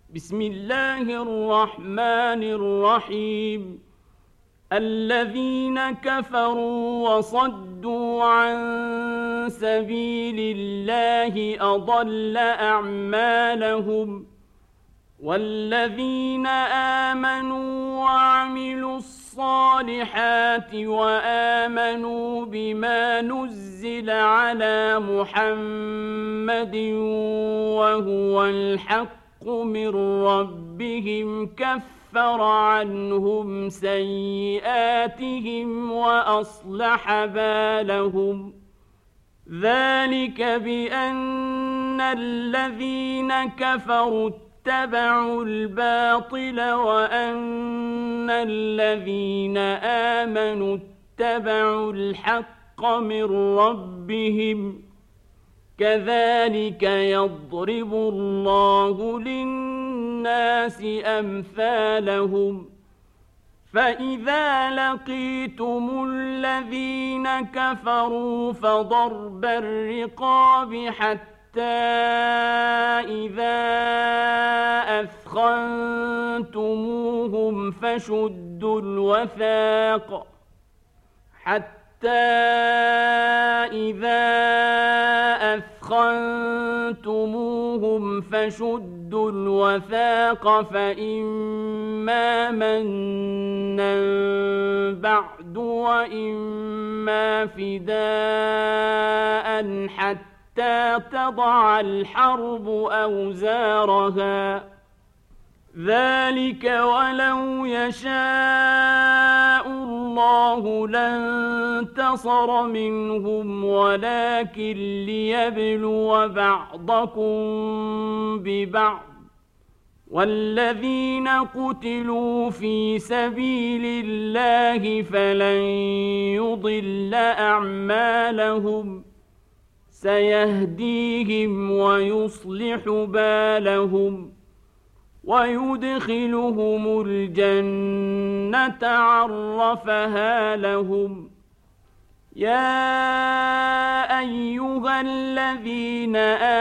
بسم الله الرحمن الرحيم. الذين كفروا وصدوا عن سبيل الله أضل أعمالهم، والذين آمنوا وعملوا الصالحات وآمنوا بما نزل على محمد وهو الحق من ربهم كفر عنهم سيئاتهم وأصلح بالهم. ذلك بأن الذين كفروا اتبعوا الباطل وأن الذين آمنوا اتبعوا الحق من ربهم. كذلك يضرب الله للناس أمثالهم. فإذا لقيتم الذين كفروا فضرب الرقاب حتى إذا أثخنتموهم فشدوا الوثاق فإما منا بعد وإما فداء حتى تضع الحرب أوزارها. ذلك ولو يشاء الله لانتصر منهم ولكن ليبلو بعضكم ببعض. والذين قتلوا في سبيل الله فلن يضل أعمالهم، سيهديهم ويصلح بالهم ويدخلهم الجنة عرفها لهم. يا أيها الذين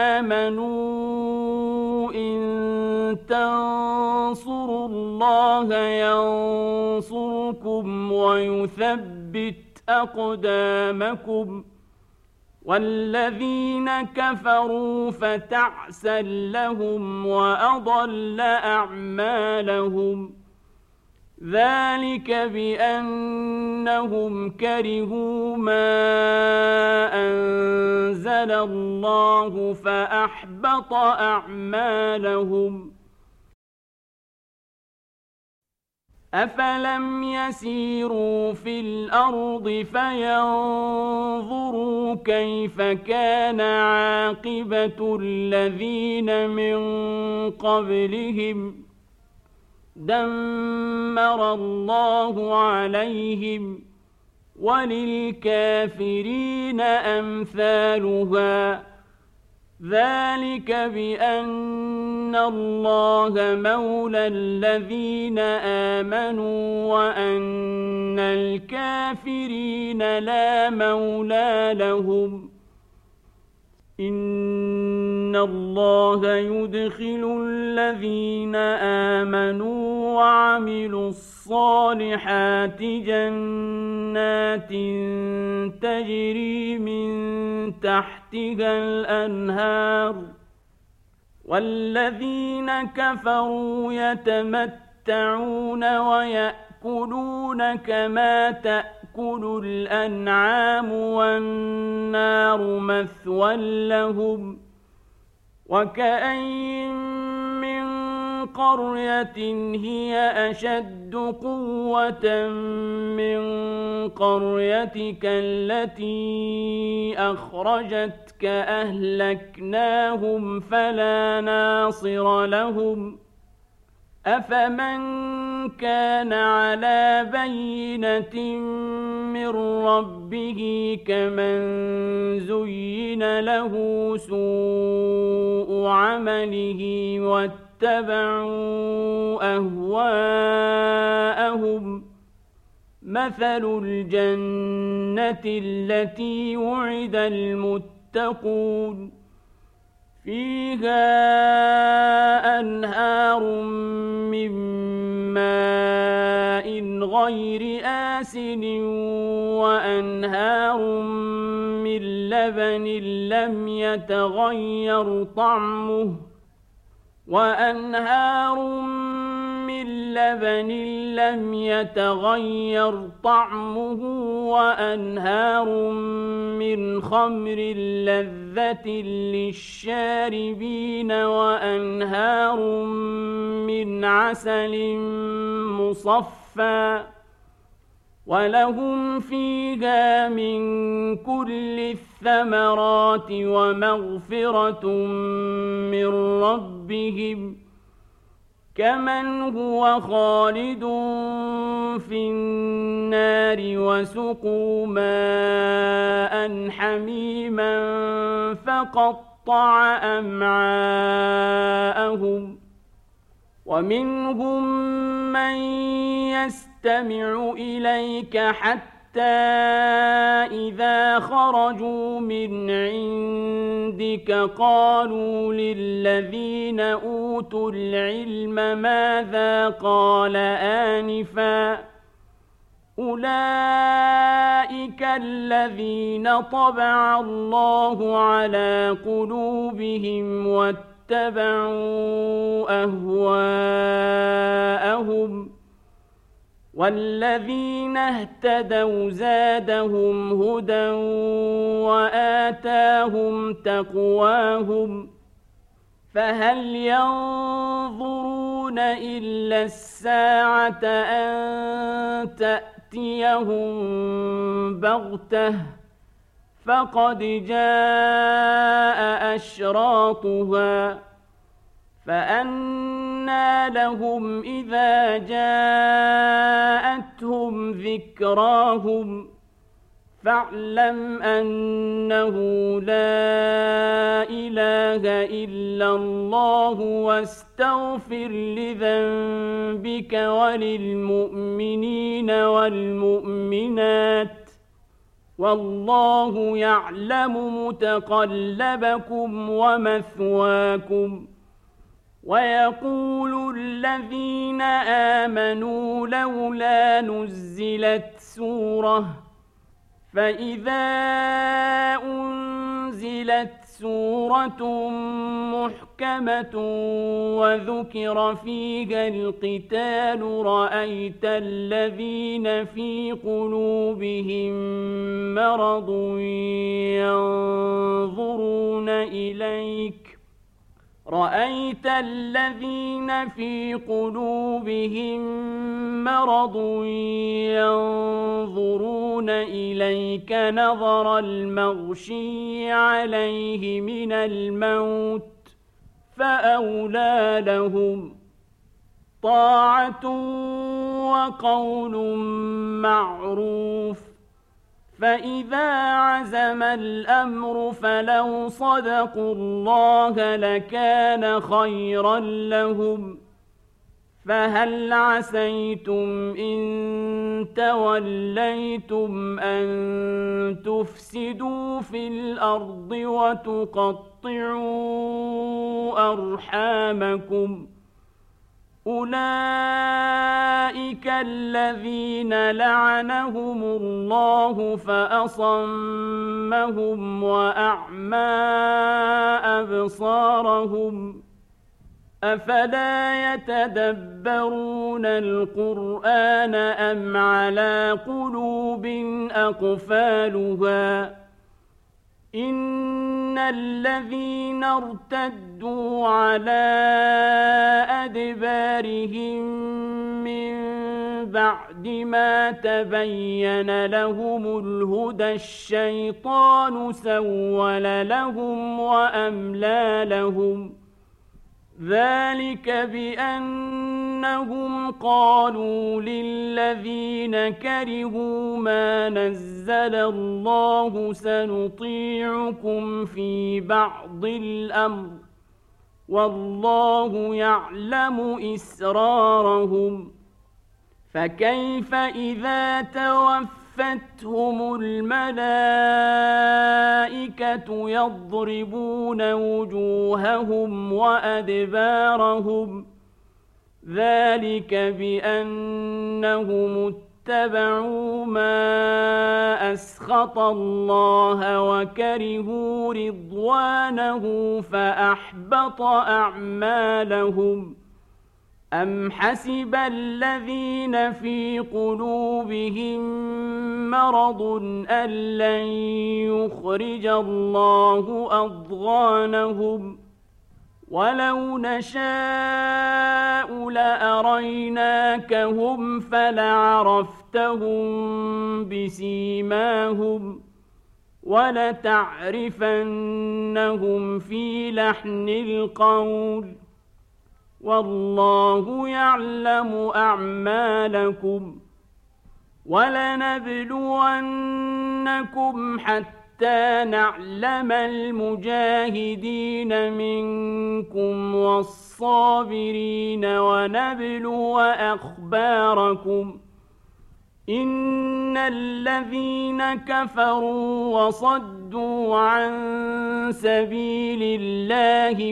آمنوا إن تنصروا الله ينصركم ويثبت أقدامكم. والذين كفروا فتعسا لهم وأضل أعمالهم. ذلك بأنهم كرهوا ما أنزل الله فأحبط أعمالهم. أفلم يسيروا في الأرض فينظروا كيف كان عاقبة الذين من قبلهم. دمر الله عليهم وللكافرين أمثالها. ذلك بأن الله مولى الذين آمنوا وأن الكافرين لا مولى لهم. إن الله يدخل الذين آمنوا وعملوا الصالحات جنات تجري من تحتها الأنهار. والذين كفروا يتمتعون ويأكلون كما تأكل الأنعام والنار مثوى لهم. وكأين من قرية هي أشد قوة من قريتك التي أخرجتك أهلكناهم فلا ناصر لهم. أفمن كان على بينة من ربه كمن زين له سوء عمله واتبعوا أهواءهم. مثل الجنة التي وعد المتقون فيها أنهار غير آسن وأنهار من لبن لم يتغير طعمه وأنهار من خمر لذة للشاربين وأنهار من عسل مصفى ولهم فيها من كل الثمرات ومغفرة من ربهم كمن هو خالد في النار وسقوا ماء حميما فقطع أمعاءهم ومنهم من يستمع إليك حتى إذا خرجوا من عندك قالوا للذين أوتوا العلم ماذا قال آنفا أولئك الذين طبع الله على قلوبهم واتبعوا أهواءهم والذين اهتدوا زادهم هدى وآتاهم تقواهم فهل ينظرون إلا الساعة أن تأتيهم بغتة فقد جاء أشراطها فأنى لهم إذا جاءتهم ذكراهم فاعلم أنه لا إله إلا الله واستغفر لذنبك وللمؤمنين والمؤمنات والله يعلم متقلبكم ومثواكم ويقول الذين آمنوا لولا نزلت سورة فإذا أنزلت سورة محكمة وذكر فيها القتال رأيت الذين في قلوبهم مرض ينظرون إليك نظر المغشي عليه من الموت فأولى لهم طاعة وقول معروف فإذا عزم الأمر فلو صدقوا الله لكان خيرا لهم فهل عسيتم إن توليتم أن تفسدوا في الأرض وتقطعوا أرحامكم أولئك الذين لعنهم الله فأصمهم وأعمى أبصارهم أفلا يتدبرون القرآن أم على قلوب أقفالها إن الذين ارتدوا على أدبارهم من بعد ما تبين لهم الهدى الشيطان سول لهم وأملى لهم ذلك بأنهم قالوا للذين كرهوا ما نزل الله سنطيعكم في بعض الأمر والله يعلم إسرارهم فكيف إذا توفتهم الملائكة يضربون وجوههم وأدبارهم ذلك بأنهم اتبعوا ما أسخط الله وكرهوا رضوانه فأحبط أعمالهم. أم حسب الذين في قلوبهم مرض أن لن يخرج الله أضغانهم ولو نشاء لأريناكهم فلعرفتهم بسيماهم ولتعرفنهم في لحن القول والله يعلم أعمالكم. ولنبلونكم حتى نعلم المجاهدين منكم والصابرين ونبلو أخباركم. إن الذين كفروا وصدوا عن سبيل الله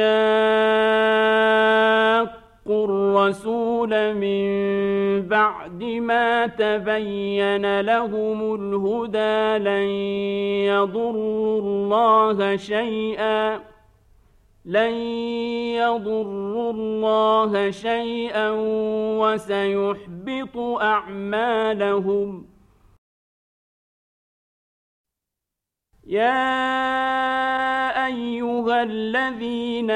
وشاقوا الرسول من بعد ما تبين لهم الهدى لن يضروا الله شيئا وسيحبط أعمالهم. يا أيها الذين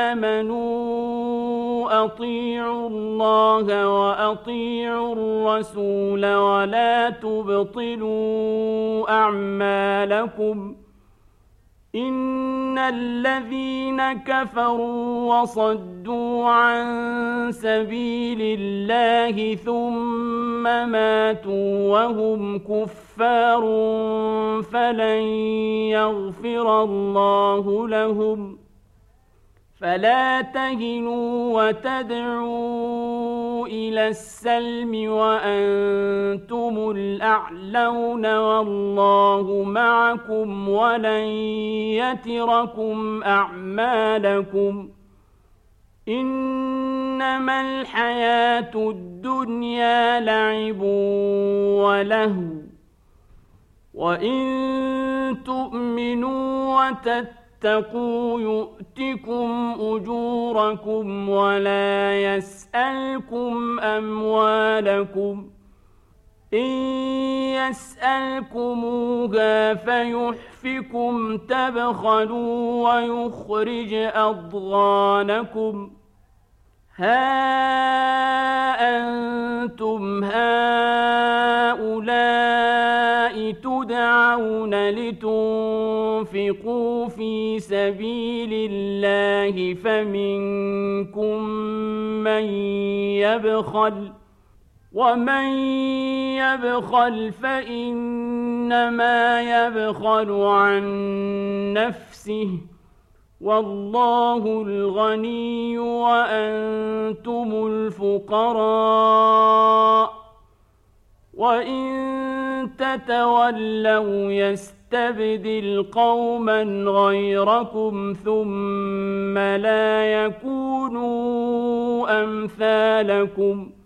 آمنوا أطيعوا الله وأطيعوا الرسول ولا تبطلوا أعمالكم. إن الذين كفروا وصدوا عن سبيل الله ثم ماتوا وهم كفار فلن يغفر الله لهم. فلا تهنوا وتدعوا إلى السلم وأنتم الأعلون والله معكم ولن يتركم أعمالكم. إنما الحياة الدنيا لعب ولهو وإن تؤمنوا وتتقوا يؤتكم أجوركم ولا يسألكم أموالكم. إن يسألكموها فيحفكم تبخلوا ويخرج أضغانكم. ها أنتم هؤلاء تدعون لتنفقوا في سبيل الله فمنكم من يبخل ومن يبخل فإنما يبخل عن نفسه والله الغني وأنتم الفقراء. وإن تتولوا يستبدل قوما غيركم ثم لا يكونوا أمثالكم.